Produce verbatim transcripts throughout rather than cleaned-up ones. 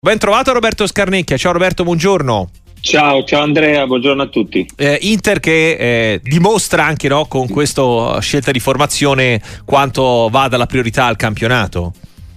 Ben trovato Roberto Scarnecchia. Ciao Roberto, buongiorno. Ciao, ciao Andrea, buongiorno a tutti. Eh, Inter che eh, dimostra anche, no, con questa scelta di formazione quanto vada la priorità al campionato.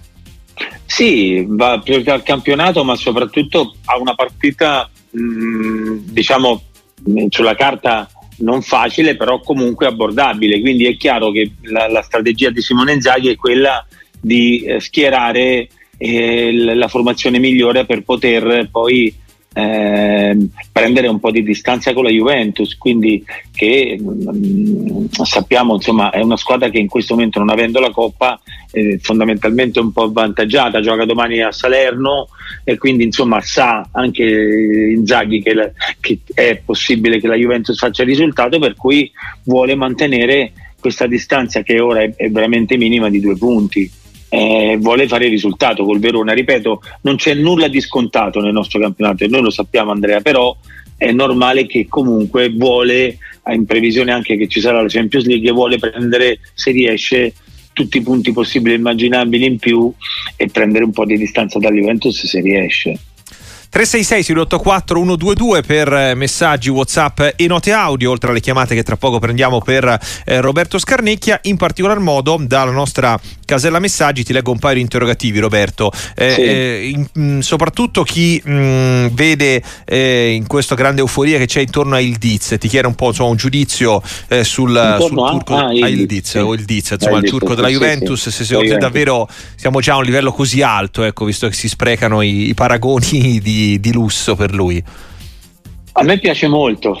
Sì, va priorità al campionato, ma soprattutto a una partita mh, diciamo sulla carta non facile, però comunque abbordabile. Quindi è chiaro che la, la strategia di Simone Inzaghi è quella di eh, schierare eh, la formazione migliore per poter poi eh, prendere un po' di distanza con la Juventus, quindi che mh, sappiamo insomma è una squadra che in questo momento, non avendo la Coppa, è fondamentalmente un po' avvantaggiata, gioca domani a Salerno e quindi insomma sa anche Inzaghi che, la, che è possibile che la Juventus faccia il risultato, per cui vuole mantenere questa distanza che ora è, è veramente minima di due punti. Eh, vuole fare il risultato col Verona. Ripeto, non c'è nulla di scontato nel nostro campionato e noi lo sappiamo, Andrea, però è normale che comunque vuole, in previsione anche che ci sarà la Champions League, vuole prendere, se riesce, tutti i punti possibili e immaginabili in più e prendere un po' di distanza dalla Juventus se riesce. tre sei sei sei otto quattro uno due due per messaggi, WhatsApp e note audio, oltre alle chiamate che tra poco prendiamo per eh, Roberto Scarnecchia. In particolar modo dalla nostra casella messaggi ti leggo un paio di interrogativi, Roberto. Eh, sì. eh, in, mh, soprattutto chi mh, vede eh, in questa grande euforia che c'è intorno a Ildiz, ti chiede un po' insomma, un giudizio eh, sul, sul a, turco ah, a Ildiz, sì. o Ildiz, insomma, il turco della sì, Juventus, sì, se secondo te davvero siamo già a un livello così alto, ecco, visto che si sprecano i, i paragoni di, di lusso per lui. A me piace molto,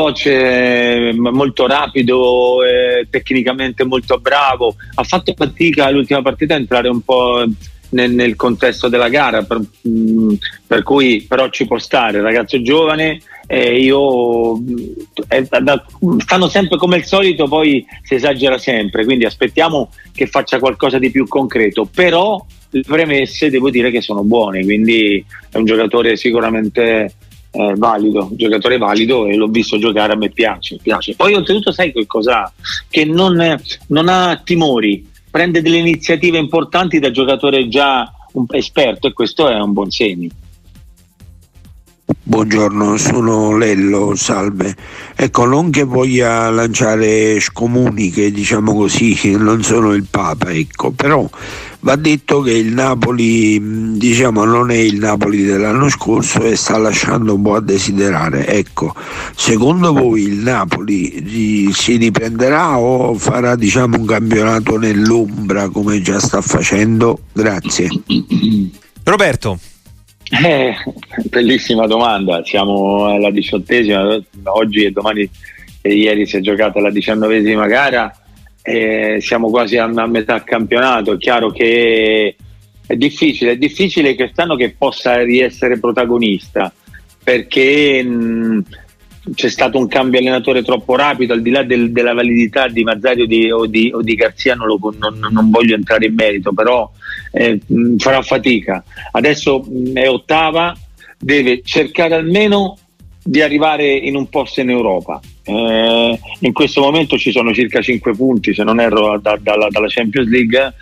veloce, molto rapido, eh, tecnicamente molto bravo. Ha fatto fatica l'ultima partita a entrare un po' nel, nel contesto della gara, per, mh, per cui però ci può stare, ragazzo giovane. Eh, io eh, da, stanno sempre come al solito, poi si esagera sempre, quindi aspettiamo che faccia qualcosa di più concreto, però le premesse devo dire che sono buone, quindi è un giocatore sicuramente eh, valido, un giocatore valido, e l'ho visto giocare, a me piace, piace. Poi oltretutto sai che cos'ha? Che non, non ha timori, prende delle iniziative importanti da giocatore già un esperto, e questo è un buon segno. Buongiorno, sono Lello, salve. Ecco, non che voglia lanciare scomuniche, diciamo così, non sono il Papa, ecco, però va detto che il Napoli, diciamo, non è il Napoli dell'anno scorso e sta lasciando un po' a desiderare. Ecco, secondo voi il Napoli si riprenderà o farà, diciamo, un campionato nell'ombra come già sta facendo? Grazie. Roberto. Eh, bellissima domanda. Siamo alla diciottesima, oggi e domani e ieri si è giocata la diciannovesima gara, e siamo quasi a, a metà campionato. È chiaro che è difficile, è difficile quest'anno che possa riessere protagonista, perché mh, c'è stato un cambio allenatore troppo rapido, al di là del, della validità di Mazzario di, o, di, o di Garzia, non, lo, non, non voglio entrare in merito, però eh, mh, farà fatica. Adesso mh, è ottava, deve cercare almeno di arrivare in un posto in Europa. Eh, in questo momento ci sono circa cinque punti, se non erro, da, da, dalla Champions League,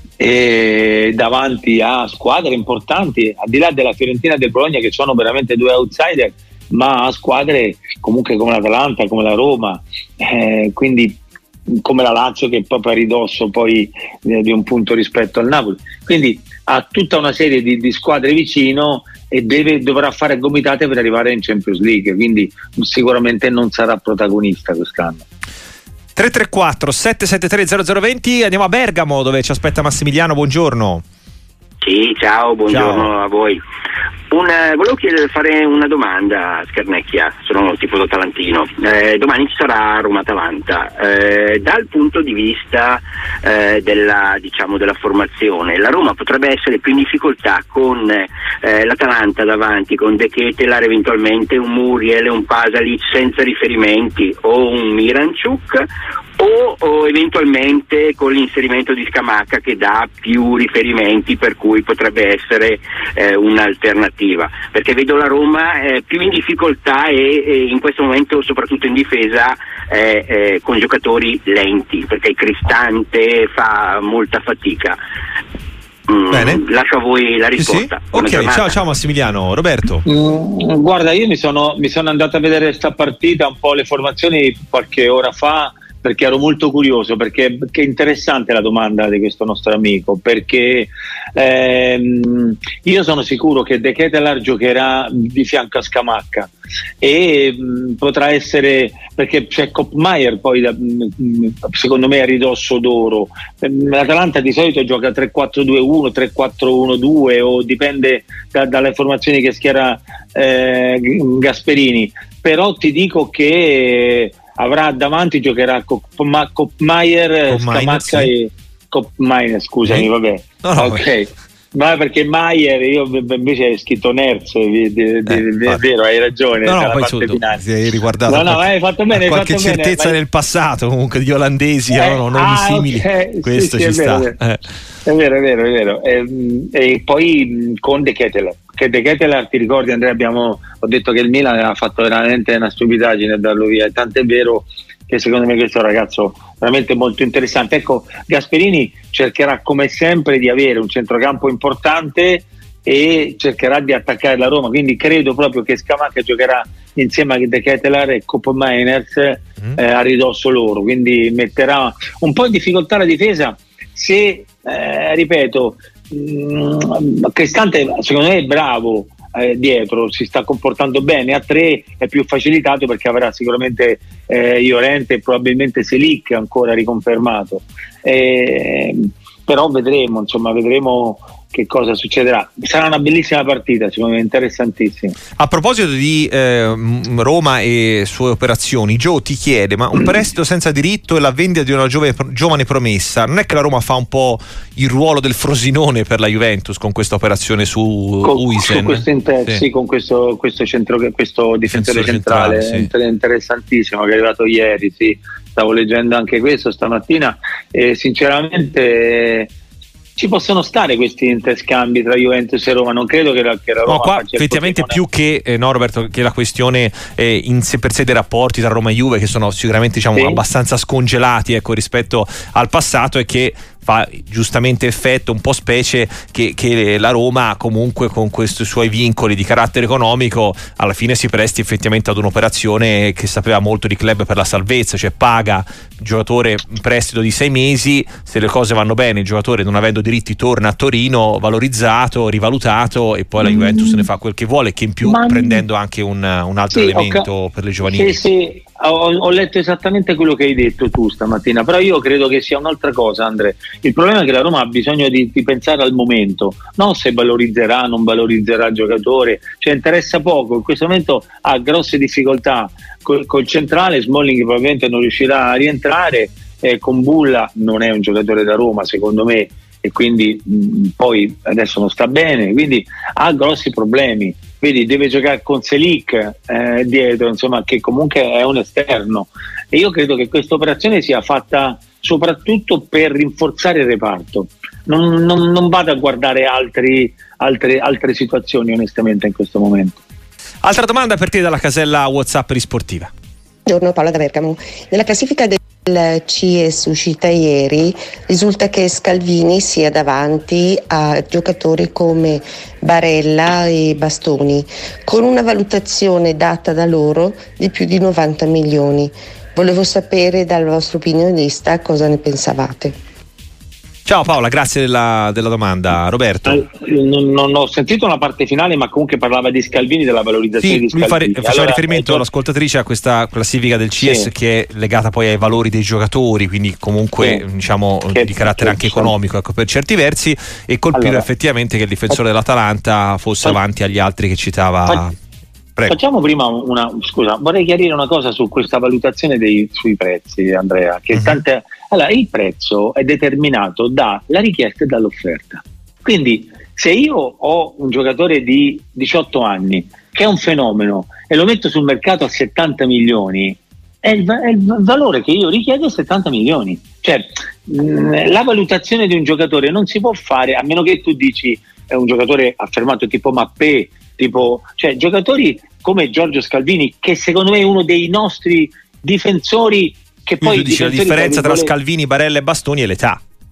e davanti a squadre importanti, al di là della Fiorentina e del Bologna, che sono veramente due outsider, ma a squadre comunque come l'Atalanta, come la Roma, eh, quindi come la Lazio, che è proprio a ridosso poi eh, di un punto rispetto al Napoli, quindi ha tutta una serie di, di squadre vicino e deve, dovrà fare gomitate per arrivare in Champions League, quindi sicuramente non sarà protagonista quest'anno. Tre tre quattro sette sette tre zero zero due zero, andiamo a Bergamo dove ci aspetta Massimiliano, buongiorno. Sì, ciao, buongiorno ciao. a voi. Una, volevo chiedere, fare una domanda a Scarnecchia, sono tipo da Talantino. Eh, domani ci sarà Roma-Atalanta. Eh, dal punto di vista eh, della, diciamo, della formazione, la Roma potrebbe essere più in difficoltà con eh, l'Atalanta davanti, con De Ketelaere, eventualmente un Muriel, un Pasalic senza riferimenti, o un Miranchuk, o, o eventualmente con l'inserimento di Scamacca che dà più riferimenti, per cui potrebbe essere eh, un'alternativa, perché vedo la Roma eh, più in difficoltà e, e in questo momento soprattutto in difesa eh, eh, con giocatori lenti, perché il Cristante fa molta fatica. Mm, Bene. lascio a voi la risposta. Sì, sì. Ok, ciao ciao Massimiliano. Roberto. Mm, guarda, io mi sono, mi sono andato a vedere questa partita, un po' le formazioni qualche ora fa, perché ero molto curioso, perché che interessante la domanda di questo nostro amico, perché ehm, io sono sicuro che De Ketelaere giocherà di fianco a Scamacca e mh, potrà essere, perché c'è Koppmaier poi da, mh, secondo me a ridosso d'oro. L'Atalanta di solito gioca tre quattro due uno, tre quattro uno due o dipende da, dalle formazioni che schiera eh, Gasperini, però ti dico che avrà davanti, giocherà Koppmaier, Scamacca sì. e Koppmaier, scusami, sì. vabbè. No, no, ok. Ma perché Maier, io invece è scritto Nerz, è vero, hai ragione. No, no, poi su, ti hai riguardato no, no, qualche, hai fatto bene, hai qualche fatto certezza bene, nel passato comunque di olandesi, eh, no, nomi ah, simili, okay. questo sì, ci sì, sta. È vero, eh. è vero, è vero, è vero. E, e poi con De Ketelaere, che De Ketelaere, ti ricordi Andrea, abbiamo, ho detto che il Milan aveva fatto veramente una stupidaggine a darlo via, tanto è vero che secondo me questo è un ragazzo veramente molto interessante. Ecco, Gasperini cercherà come sempre di avere un centrocampo importante e cercherà di attaccare la Roma, quindi credo proprio che Scamacca giocherà insieme a De Ketelaere e Koppmaier mm. eh, a ridosso loro, quindi metterà un po' in difficoltà la difesa se, eh, ripeto, mh, Cristante secondo me è bravo Eh, dietro, si sta comportando bene, a tre è più facilitato perché avrà sicuramente eh, Llorente e probabilmente Selic ancora riconfermato, eh, però vedremo, insomma, vedremo che cosa succederà. Sarà una bellissima partita, secondo me interessantissima. A proposito di eh, Roma e sue operazioni, Gio ti chiede: ma un prestito senza diritto e la vendita di una giove, giovane promessa, non è che la Roma fa un po' il ruolo del Frosinone per la Juventus con questa operazione su con, Huijsen? Su questo inter- sì. sì, con questo, questo, centro, questo difensore centrale, centrale sì. Interessantissimo, che è arrivato ieri, sì. Stavo leggendo anche questo stamattina e sinceramente ci possono stare questi interscambi tra Juventus e Roma, non credo che la, che la Roma no, qua effettivamente più che eh, no Roberto, che la questione eh, in sé per sé dei rapporti tra Roma e Juve, che sono sicuramente diciamo sì. abbastanza scongelati, ecco, rispetto al passato, è che fa giustamente effetto un po' specie che, che la Roma comunque con questi suoi vincoli di carattere economico alla fine si presti effettivamente ad un'operazione che sapeva molto di club per la salvezza, cioè paga il giocatore in prestito di sei mesi, se le cose vanno bene il giocatore non avendo diritti torna a Torino valorizzato, rivalutato, e poi la Juventus mm. ne fa quel che vuole, che in più Ma... prendendo anche un, un altro sì, elemento okay. per le giovanili. Sì, sì. Ho, ho letto esattamente quello che hai detto tu stamattina, però io credo che sia un'altra cosa, Andre. Il problema è che la Roma ha bisogno di, di pensare al momento, non se valorizzerà, non valorizzerà il giocatore, cioè interessa poco. In questo momento ha grosse difficoltà col, col centrale, Smalling probabilmente non riuscirà a rientrare, eh, con Bulla non è un giocatore da Roma secondo me, e quindi mh, poi adesso non sta bene, quindi ha grossi problemi. Vedi, deve giocare con Selic eh, dietro, insomma, che comunque è un esterno, e io credo che questa operazione sia fatta soprattutto per rinforzare il reparto. Non, non, non vado a guardare altri, altre, altre situazioni onestamente in questo momento. Altra domanda per te dalla casella WhatsApp Risportiva. Buongiorno, Paola da Bergamo. Nella classifica del C I S uscita ieri risulta che Scalvini sia davanti a giocatori come Barella e Bastoni, con una valutazione data da loro di più di novanta milioni. Volevo sapere dal vostro opinionista cosa ne pensavate. Ciao Paola, grazie della, della domanda. Roberto? Non, non ho sentito la parte finale, ma comunque parlava di Scalvini, della valorizzazione sì, di Scalvini. Lui fa, faceva allora, riferimento eh, all'ascoltatrice a questa classifica del C I S sì. che è legata poi ai valori dei giocatori, quindi comunque sì. diciamo che, di carattere anche economico, ecco, per certi versi, e colpire allora, effettivamente che il difensore dell'Atalanta fosse avanti agli altri che citava. Prego. Facciamo prima una scusa, vorrei chiarire una cosa su questa valutazione dei, sui prezzi, Andrea, che uh-huh. tante, allora il prezzo è determinato dalla richiesta e dall'offerta, quindi se io ho un giocatore di diciotto anni che è un fenomeno e lo metto sul mercato a settanta milioni, è il, è il valore che io richiedo, settanta milioni, cioè mh, la valutazione di un giocatore non si può fare a meno che tu dici è un giocatore affermato tipo Mappé, tipo, cioè giocatori come Giorgio Scalvini, che secondo me è uno dei nostri difensori, che poi tu dici la differenza tra Scalvini, Barella e Bastoni è l'età.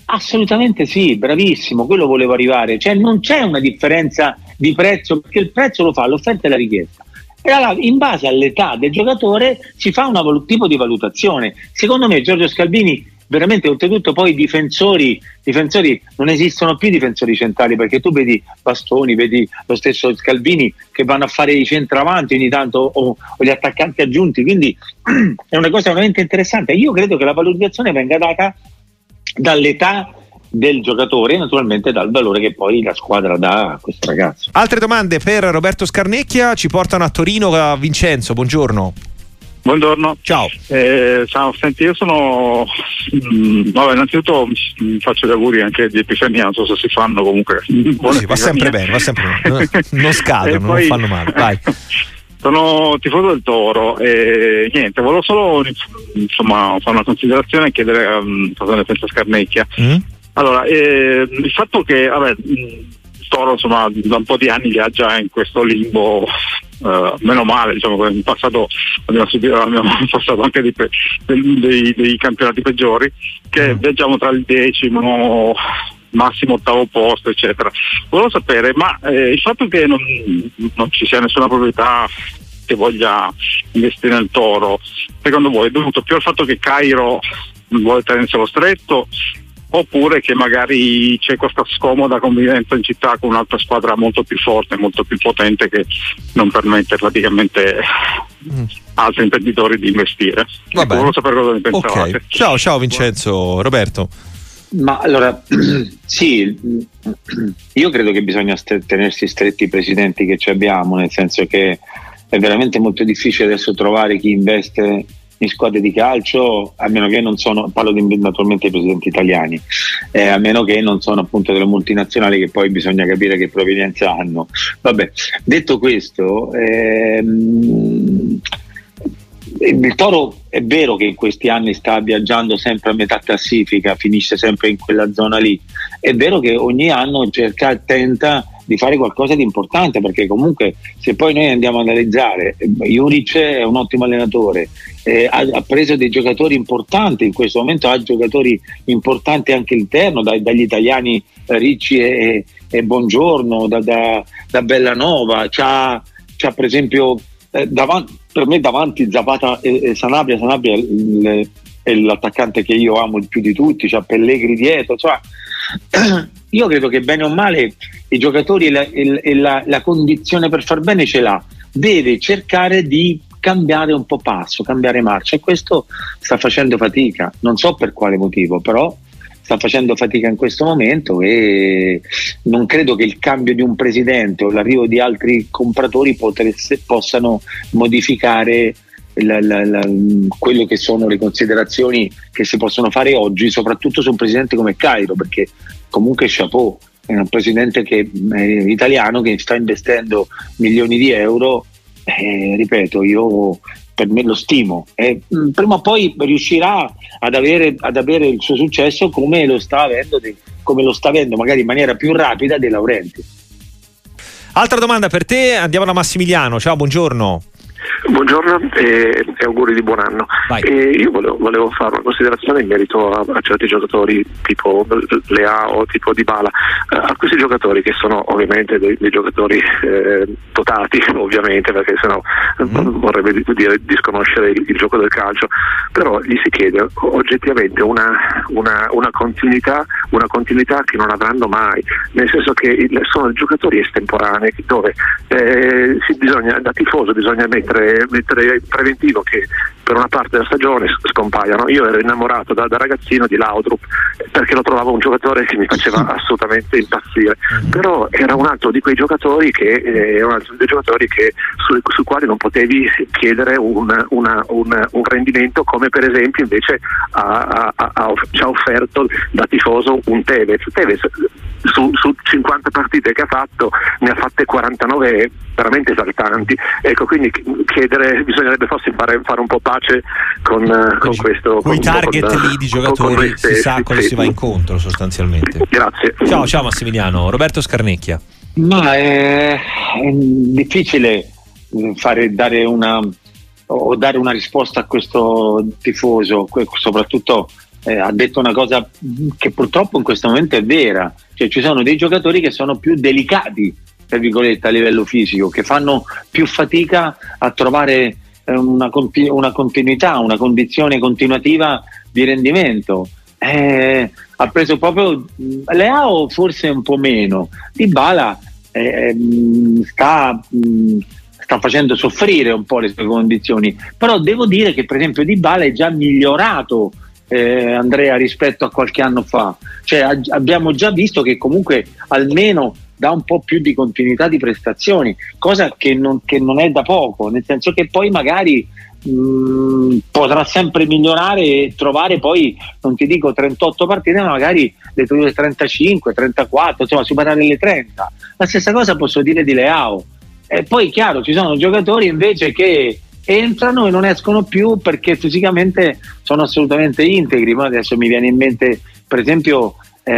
Assolutamente sì, bravissimo, quello volevo arrivare, cioè non c'è una differenza di prezzo, perché il prezzo lo fa l'offerta e la richiesta. E allora, in base all'età del giocatore si fa un tipo di valutazione. Secondo me Giorgio Scalvini veramente, oltretutto poi difensori, difensori non esistono più difensori centrali, perché tu vedi Bastoni, vedi lo stesso Scalvini che vanno a fare i centravanti ogni tanto o, o gli attaccanti aggiunti, quindi è una cosa veramente interessante. Io credo che la valorizzazione venga data dall'età del giocatore e naturalmente dal valore che poi la squadra dà a questo ragazzo. Altre domande per Roberto Scarnecchia ci portano a Torino. A Vincenzo, buongiorno. Buongiorno. Ciao. Eh, ciao, senti, io sono mh, vabbè, innanzitutto mi faccio gli auguri anche di Epifania, non so se si fanno, comunque sì, va sempre bene, va sempre bene. Non scadono, poi, non fanno male. Vai. Sono tifoso del Toro e niente, volevo solo insomma fare una considerazione e chiedere um, cosa ne pensa Scarnecchia. Mm? Allora, eh, il fatto che vabbè, il Toro insomma da un po' di anni viaggia in questo limbo, uh, meno male, diciamo che in passato abbiamo, subito, abbiamo passato anche dei, dei, dei, dei campionati peggiori, che mm. viaggiamo tra il decimo, massimo ottavo posto, eccetera. Volevo sapere, ma eh, il fatto che non, non ci sia nessuna proprietà che voglia investire nel Toro, secondo voi è dovuto più al fatto che Cairo vuole tenerselo stretto, oppure che magari c'è questa scomoda convivenza in città con un'altra squadra molto più forte, molto più potente, che non permette praticamente mm. altri imprenditori di investire? Ecco, volevo sapere cosa ne pensavate. Okay. Ciao, ciao Vincenzo. Roberto. Ma allora, sì, io credo che bisogna st- tenersi stretti i presidenti che ci abbiamo, nel senso che è veramente molto difficile adesso trovare chi investe in squadre di calcio, a meno che non sono, parlo di, naturalmente dei presidenti italiani, eh, a meno che non sono appunto delle multinazionali, che poi bisogna capire che provenienza hanno. Vabbè, detto questo, ehm, il Toro è vero che in questi anni sta viaggiando sempre a metà classifica, finisce sempre in quella zona lì. È vero che ogni anno cerca, tenta di fare qualcosa di importante, perché comunque se poi noi andiamo ad analizzare, Juric è un ottimo allenatore, eh, ha, ha preso dei giocatori importanti, in questo momento ha giocatori importanti anche all'interno, da, dagli italiani eh, Ricci e, e Buongiorno, da, da, da Bellanova, c'ha, c'ha per esempio eh, davanti, per me davanti Zapata e, e Sanabria, Sanabria è, il, è l'attaccante che io amo il più di tutti, c'ha Pellegrini dietro, cioè, io credo che bene o male i giocatori e, la, e la, la condizione per far bene ce l'ha, deve cercare di cambiare un po' passo, cambiare marcia, e questo sta facendo fatica, non so per quale motivo, però sta facendo fatica in questo momento, e non credo che il cambio di un presidente o l'arrivo di altri compratori potresse, possano modificare La, la, la, quello che sono le considerazioni che si possono fare oggi, soprattutto su un presidente come Cairo, perché comunque chapeau, è un presidente che è italiano, che sta investendo milioni di euro, eh, ripeto, io per me lo stimo, e eh, prima o poi riuscirà ad avere, ad avere il suo successo come lo sta avendo, de, come lo sta avendo magari in maniera più rapida De Laurenti. Altra domanda per te, andiamo da Massimiliano. Ciao, buongiorno. Buongiorno e, e auguri di buon anno. E io volevo, volevo fare una considerazione in merito a, a certi giocatori tipo Leao, tipo Dybala, a questi giocatori che sono ovviamente dei, dei giocatori eh, dotati, ovviamente, perché sennò mm. vorrebbe dire disconoscere il, il gioco del calcio, però gli si chiede oggettivamente una, una, una continuità una continuità che non avranno mai, nel senso che il, sono giocatori estemporanei dove eh, si bisogna, da tifoso bisogna mettere, mettere preventivo che per una parte della stagione scompaiano. Io ero innamorato da, da ragazzino di Laudrup perché lo trovavo un giocatore che mi faceva assolutamente impazzire, però era un altro di quei giocatori che eh, un altro dei giocatori che su, su quali non potevi chiedere un, una, un, un rendimento come per esempio invece ha, ha, ha, ci ha offerto da tifoso un Tevez. Tevez su, su cinquanta partite che ha fatto ne ha fatte quarantanove veramente esaltanti, ecco, quindi chiedere, bisognerebbe forse fare, fare un po' pace con, con questo, con i target con, lì di giogatori, si sa a cosa sì. si va incontro sostanzialmente. Grazie. Ciao, ciao Massimiliano. Roberto Scarnecchia. Ma è, è difficile fare dare una o dare una risposta a questo tifoso, soprattutto eh, ha detto una cosa che purtroppo in questo momento è vera, cioè ci sono dei giocatori che sono più delicati, tra virgolette, a livello fisico, che fanno più fatica a trovare eh, una, continu- una continuità, una condizione continuativa di rendimento. Eh, ha preso proprio Leao, forse un po' meno. Dybala eh, sta, mh, sta facendo soffrire un po' le sue condizioni, però devo dire che per esempio Dybala è già migliorato, eh, Andrea, rispetto a qualche anno fa, cioè a- abbiamo già visto che comunque almeno dà un po' più di continuità di prestazioni, cosa che non, che non è da poco, nel senso che poi magari mh, potrà sempre migliorare e trovare poi, non ti dico trentotto partite, ma magari le tue trentacinque, trentaquattro, insomma superare le trenta. La stessa cosa posso dire di Leao. E poi chiaro, ci sono giocatori invece che entrano e non escono più perché fisicamente sono assolutamente integri. Ma adesso mi viene in mente per esempio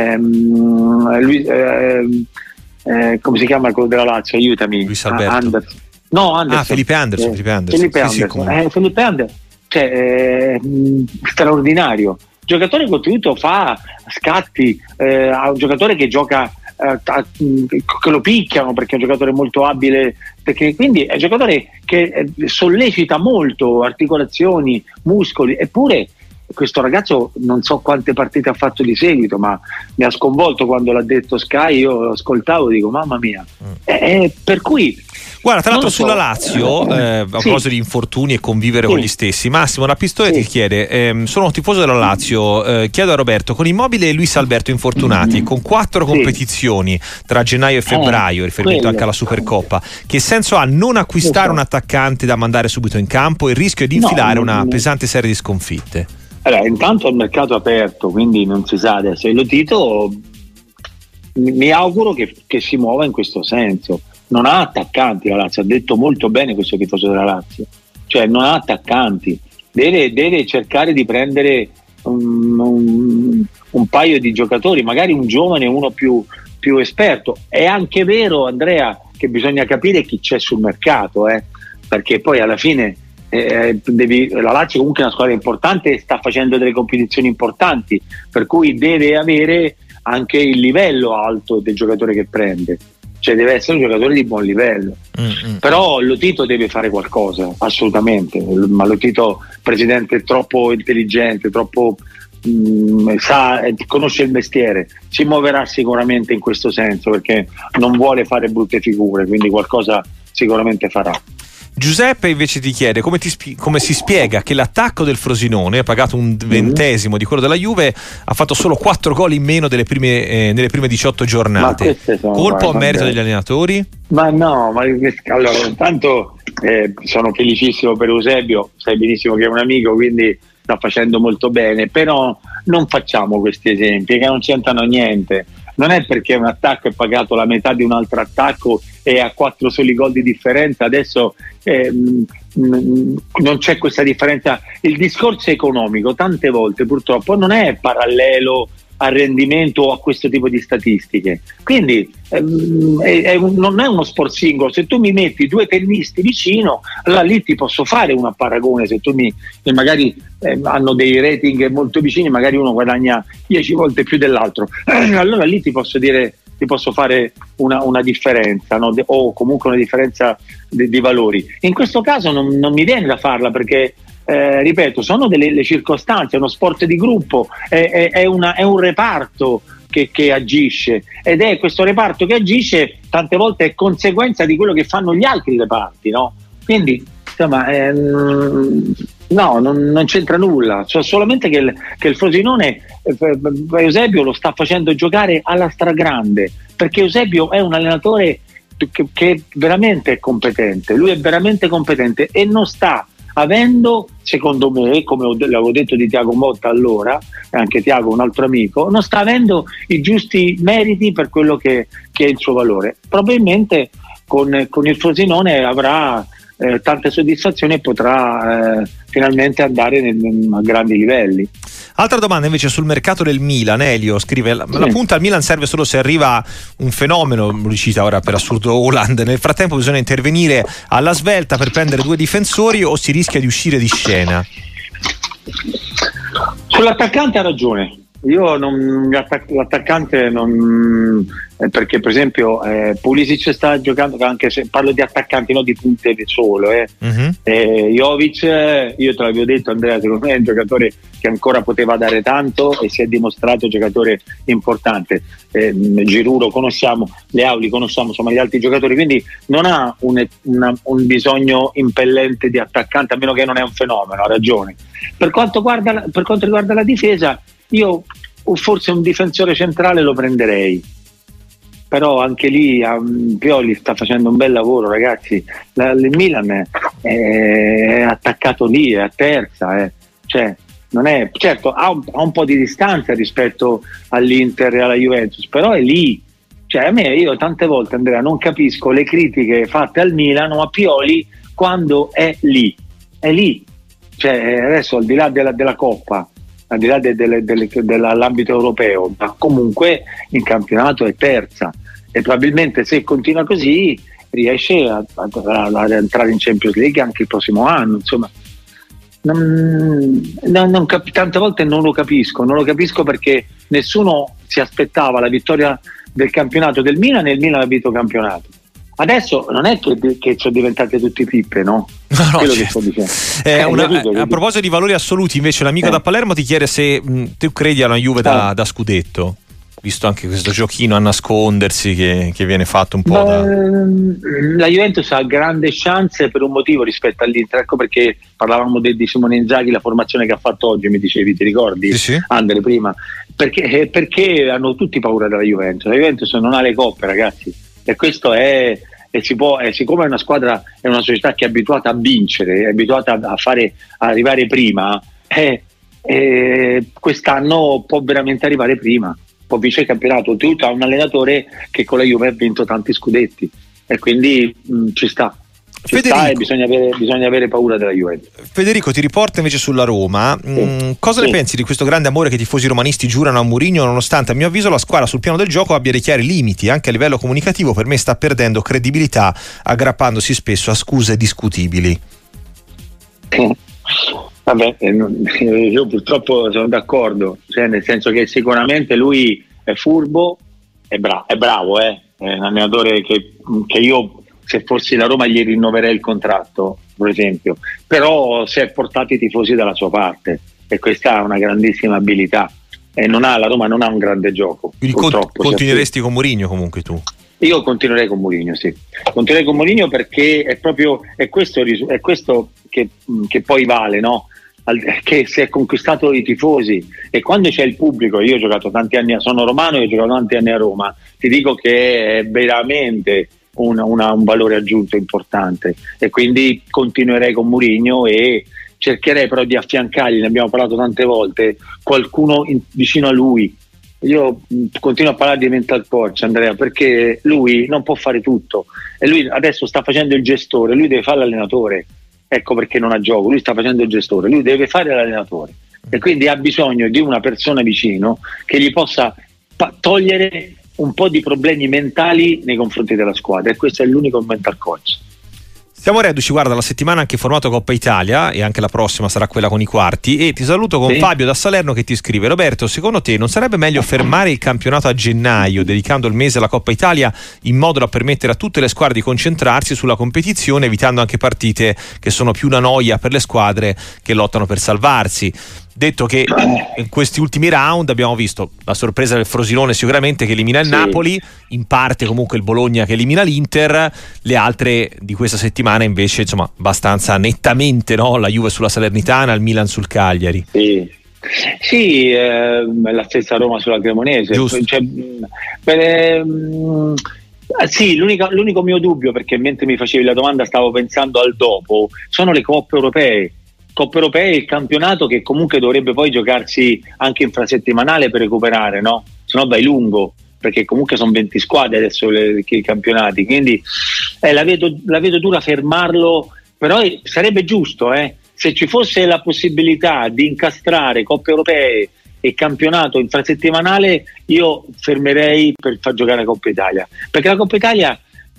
ehm, lui, ehm, eh, come si chiama quello della Lazio? Aiutami. Luis Alberto. Anderson. No, Anderson. Ah, Felipe Anderson. Eh, Felipe Anderson. Felipe Sì, Anderson. sì, eh, Felipe Anderson. Cioè, eh, mh, straordinario. Giocatore che oltretutto fa scatti, eh, ha un giocatore che gioca, eh, a, mh, che lo picchiano perché è un giocatore molto abile, perché, quindi è un giocatore che eh, sollecita molto articolazioni, muscoli, eppure questo ragazzo non so quante partite ha fatto di seguito, ma mi ha sconvolto quando l'ha detto Sky. Io lo ascoltavo e dico mamma mia. Mm. Eh, per cui guarda, tra l'altro so. sulla Lazio, eh, a sì. proposito di infortuni e convivere sì. con gli stessi, Massimo la Pistoia sì. ti chiede, ehm, sono tifoso della Lazio, eh, chiedo a Roberto, con Immobile e Luis Alberto infortunati, mm-hmm. con quattro sì. competizioni tra gennaio e febbraio, eh, riferimento quello. anche alla Supercoppa, che senso ha non acquistare so. un attaccante da mandare subito in campo e il rischio di infilare no, una no. pesante serie di sconfitte? Allora, intanto è il mercato aperto, quindi non si sa adesso. E lo Tito mi auguro che, che si muova in questo senso. Non ha attaccanti la Lazio, ha detto molto bene questo tifoso della Lazio, cioè non ha attaccanti, deve, deve cercare di prendere un, un, un paio di giocatori, magari un giovane e uno più, più esperto. È anche vero, Andrea, che bisogna capire chi c'è sul mercato, eh? Perché poi alla fine Eh, devi, la Lazio comunque è una squadra importante e sta facendo delle competizioni importanti, per cui deve avere anche il livello alto del giocatore che prende, cioè deve essere un giocatore di buon livello. Mm-hmm. Però Lo Tito deve fare qualcosa, assolutamente, ma Lo Tito, presidente, è troppo intelligente, troppo mh, sa, conosce il mestiere, si muoverà sicuramente in questo senso perché non vuole fare brutte figure, quindi qualcosa sicuramente farà. Giuseppe invece ti chiede come, ti spi- come si spiega che l'attacco del Frosinone, ha pagato un ventesimo di quello della Juve, ha fatto solo quattro gol in meno delle prime, eh, nelle prime diciotto giornate. Sono, colpo o merito degli allenatori? Ma no, ma allora intanto eh, sono felicissimo per Eusebio, sai benissimo che è un amico, quindi sta facendo molto bene, però non facciamo questi esempi che non c'entrano niente. Non è perché un attacco è pagato la metà di un altro attacco e ha quattro soli gol di differenza adesso eh, mh, non c'è questa differenza. Il discorso economico tante volte purtroppo non è parallelo al rendimento o a questo tipo di statistiche, quindi ehm, è, è un, non è uno sport singolo. Se tu mi metti due tennisti vicino, allora lì ti posso fare un paragone. Se tu mi e magari eh, hanno dei rating molto vicini, magari uno guadagna dieci volte più dell'altro, eh, allora lì ti posso dire, ti posso fare una, una differenza, no? De, o comunque una differenza di, di valori. In questo caso non, non mi viene da farla perché Eh, ripeto, sono delle le circostanze, è uno sport di gruppo, è, è, è, una, è un reparto che, che agisce, ed è questo reparto che agisce tante volte è conseguenza di quello che fanno gli altri reparti, no? Quindi insomma ehm, no, non, non c'entra nulla, cioè, solamente che il, che il Frosinone eh, Eusebio lo sta facendo giocare alla stragrande, perché Eusebio è un allenatore che, che veramente è competente, lui è veramente competente e non sta avendo, secondo me, come l'avevo detto di Tiago Motta allora, e anche Tiago un altro amico, non sta avendo i giusti meriti per quello che, che è il suo valore. Probabilmente con, con il Frosinone avrà eh, tante soddisfazioni e potrà eh, finalmente andare nel, nel, a grandi livelli. Altra domanda invece sul mercato del Milan. Elio scrive: la, la punta al Milan serve solo se arriva un fenomeno, lo cita ora per assurdo Haaland, nel frattempo bisogna intervenire alla svelta per prendere due difensori o si rischia di uscire di scena? Sull'attaccante ha ragione. Io non, l'attaccante non, perché per esempio eh, Pulisic sta giocando, anche se parlo di attaccanti, non di punte solo eh. uh-huh. eh, Jovic, io te l'avevo detto Andrea, secondo me è un giocatore che ancora poteva dare tanto e si è dimostrato un giocatore importante. eh, Giroud lo conosciamo, Leao li conosciamo, insomma gli altri giocatori, quindi non ha un, una, un bisogno impellente di attaccante, a meno che non è un fenomeno, ha ragione. Per quanto, guarda, per quanto riguarda la difesa, io forse un difensore centrale lo prenderei, però anche lì um, Pioli sta facendo un bel lavoro, ragazzi. La, il Milan è, è attaccato lì, è a terza, eh. Cioè, non è, certo ha un, ha un po' di distanza rispetto all'Inter e alla Juventus, però è lì. Cioè, a me, io tante volte, Andrea, non capisco le critiche fatte al Milano a Pioli quando è lì, è lì. Cioè, adesso al di là della, della Coppa, al di là de, de, de, de, dell'ambito europeo, ma comunque in campionato è terza e probabilmente se continua così riesce a, a, a, a entrare in Champions League anche il prossimo anno. Insomma, non, non, non cap- tante volte non lo capisco, non lo capisco perché nessuno si aspettava la vittoria del campionato del Milan e il Milan ha vinto il campionato. Adesso non è che, che sono diventate tutte pippe, no? No, no, quello certo. che sto dicendo. Eh, una, a, a proposito di valori assoluti, invece, l'amico eh. da Palermo ti chiede se mh, tu credi a una Juve da, ah. da scudetto, visto anche questo giochino a nascondersi che, che viene fatto un po'. Ma, da... La Juventus ha grande chance per un motivo rispetto all'Inter, ecco perché parlavamo di, di Simone Inzaghi, la formazione che ha fatto oggi, mi dicevi, ti ricordi? Sì, sì. Andre prima, perché, perché hanno tutti paura della Juventus. La Juventus non ha le coppe, ragazzi, e questo è, e si può, e siccome è una squadra, è una società che è abituata a vincere, è abituata a fare, a arrivare prima, eh, eh, quest'anno può veramente arrivare prima, può vincere il campionato. Tutto ha un allenatore che con la Juve ha vinto tanti scudetti e quindi mh, ci sta. Ci sta e bisogna avere, bisogna avere paura della Juventus. Federico ti riporta invece sulla Roma. Sì. Mm, cosa sì. ne pensi di questo grande amore che i tifosi romanisti giurano a Mourinho, nonostante a mio avviso la squadra sul piano del gioco abbia dei chiari limiti, anche a livello comunicativo per me sta perdendo credibilità aggrappandosi spesso a scuse discutibili? Vabbè, io purtroppo sono d'accordo, cioè nel senso che sicuramente lui è furbo, è, bra- è bravo, eh? È un allenatore che, che io, se fossi la Roma, gli rinnoverei il contratto, per esempio, però si è portato i tifosi dalla sua parte e questa è una grandissima abilità e non ha, la Roma non ha un grande gioco. Quindi cont- continueresti con Mourinho comunque tu? Io continuerei con Mourinho, sì, continuerei con Mourinho perché è proprio è questo, è questo che, che poi vale, no? Che si è conquistato i tifosi e quando c'è il pubblico, io ho giocato tanti anni, sono romano e ho giocato tanti anni a Roma, ti dico che è veramente una, una, un valore aggiunto importante e quindi continuerei con Mourinho e cercherei però di affiancargli, ne abbiamo parlato tante volte, qualcuno in, vicino a lui. Io mh, continuo a parlare di mental coach, Andrea, perché lui non può fare tutto e lui adesso sta facendo il gestore, lui deve fare l'allenatore. Ecco perché non ha gioco, lui sta facendo il gestore, lui deve fare l'allenatore e quindi ha bisogno di una persona vicino che gli possa pa- togliere un po' di problemi mentali nei confronti della squadra e questo è l'unico mental coach. Siamo reduci, guarda, la settimana anche in formato Coppa Italia e anche la prossima sarà quella con i quarti e ti saluto con sì. Fabio da Salerno che ti scrive: Roberto, secondo te non sarebbe meglio fermare il campionato a gennaio dedicando il mese alla Coppa Italia in modo da permettere a tutte le squadre di concentrarsi sulla competizione, evitando anche partite che sono più una noia per le squadre che lottano per salvarsi? Detto che in questi ultimi round abbiamo visto la sorpresa del Frosinone sicuramente che elimina il sì. Napoli, in parte comunque il Bologna che elimina l'Inter, le altre di questa settimana invece insomma abbastanza nettamente, no? La Juve sulla Salernitana, il Milan sul Cagliari. Sì, sì eh, la stessa Roma sulla Cremonese. Cioè, per, eh, sì, l'unico mio dubbio, perché mentre mi facevi la domanda stavo pensando al dopo, sono le coppe europee. Coppe europee, il campionato che comunque dovrebbe poi giocarsi anche infrasettimanale per recuperare, no? Se no vai lungo, perché comunque sono venti squadre adesso le, i campionati, quindi eh, la, vedo, la vedo dura fermarlo, però eh, sarebbe giusto, eh? Se ci fosse la possibilità di incastrare coppe europee e campionato infrasettimanale, io fermerei per far giocare la Coppa Italia, perché la Coppa Italia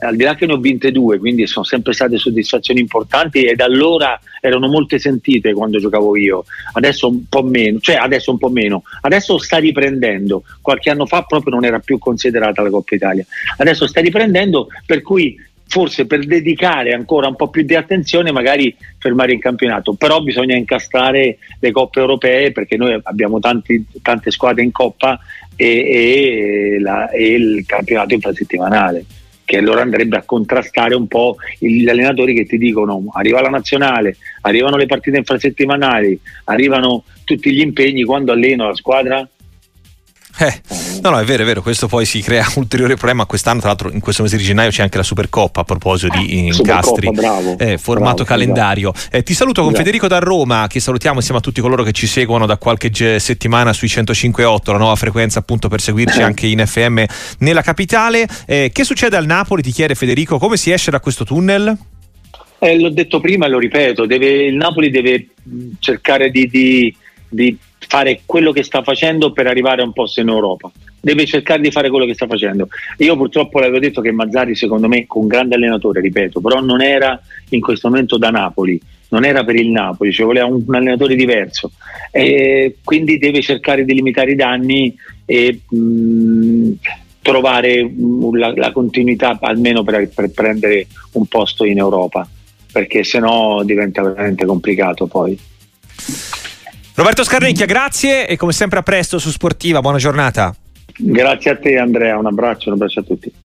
al di là che ne ho vinte due, quindi sono sempre state soddisfazioni importanti, e da allora erano molte sentite quando giocavo io, adesso un po' meno, cioè adesso un po' meno, adesso sta riprendendo, qualche anno fa proprio non era più considerata la Coppa Italia, adesso sta riprendendo, per cui forse per dedicare ancora un po' più di attenzione magari fermare il campionato, però bisogna incastrare le coppe europee, perché noi abbiamo tanti, tante squadre in Coppa e, e, la, e il campionato infrasettimanale, che allora andrebbe a contrastare un po' gli allenatori che ti dicono arriva la nazionale, arrivano le partite infrasettimanali, arrivano tutti gli impegni, quando alleno la squadra. Eh, no, no, è vero, è vero, questo poi si crea un ulteriore problema. Quest'anno, tra l'altro, in questo mese di gennaio c'è anche la Supercoppa, a proposito di incastri, bravo, eh, formato bravo, calendario. Eh, ti saluto con esatto. Federico da Roma, che salutiamo insieme a tutti coloro che ci seguono da qualche ge- settimana sui centocinque virgola otto, la nuova frequenza appunto per seguirci anche in F M nella capitale. Eh, che succede al Napoli, ti chiede Federico, come si esce da questo tunnel? Eh, l'ho detto prima e lo ripeto, deve, il Napoli deve cercare di, di, di fare quello che sta facendo per arrivare a un posto in Europa, deve cercare di fare quello che sta facendo. Io purtroppo l'avevo detto che Mazzarri, secondo me, con un grande allenatore, ripeto, però non era in questo momento da Napoli, non era per il Napoli, ci voleva un, un allenatore diverso, e quindi deve cercare di limitare i danni e mh, trovare mh, la, la continuità almeno per, per prendere un posto in Europa, perché sennò diventa veramente complicato poi. Roberto Scarnecchia, grazie, e come sempre a presto su Sportiva, buona giornata. Grazie a te Andrea, un abbraccio, un abbraccio a tutti.